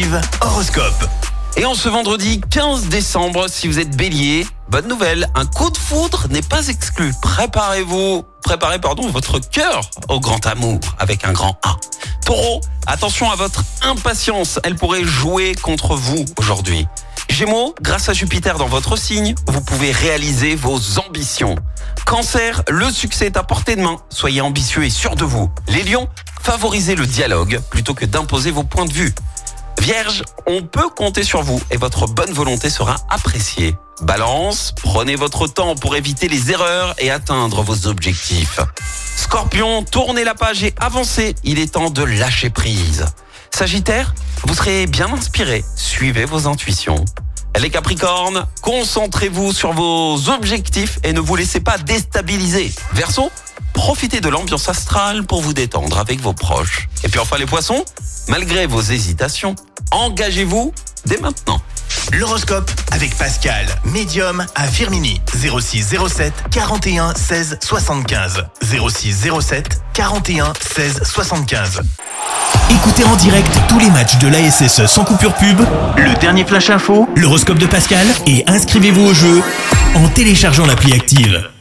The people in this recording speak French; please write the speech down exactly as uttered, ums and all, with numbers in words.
Active Horoscope. Et en ce vendredi quinze décembre, si vous êtes bélier, bonne nouvelle, un coup de foudre n'est pas exclu. Préparez-vous, préparez pardon, votre cœur au grand amour avec un grand A. Taureau, attention à votre impatience, elle pourrait jouer contre vous aujourd'hui. Gémeaux, grâce à Jupiter dans votre signe, vous pouvez réaliser vos ambitions. Cancer, le succès est à portée de main, soyez ambitieux et sûr de vous. Les lions, favorisez le dialogue plutôt que d'imposer vos points de vue. Vierge, on peut compter sur vous et votre bonne volonté sera appréciée. Balance, prenez votre temps pour éviter les erreurs et atteindre vos objectifs. Scorpion, tournez la page et avancez, il est temps de lâcher prise. Sagittaire, vous serez bien inspiré, suivez vos intuitions. Les Capricornes, concentrez-vous sur vos objectifs et ne vous laissez pas déstabiliser. Verseau, profitez de l'ambiance astrale pour vous détendre avec vos proches. Et puis enfin les Poissons, malgré vos hésitations, engagez-vous dès maintenant. L'horoscope avec Pascal, médium à Firmini. zéro six zéro sept quarante et un seize soixante-quinze. zéro six zéro sept quarante et un seize soixante-quinze. Écoutez en direct tous les matchs de l'A S S sans coupure pub, le dernier flash info, l'horoscope de Pascal et inscrivez-vous au jeu en téléchargeant l'appli Active.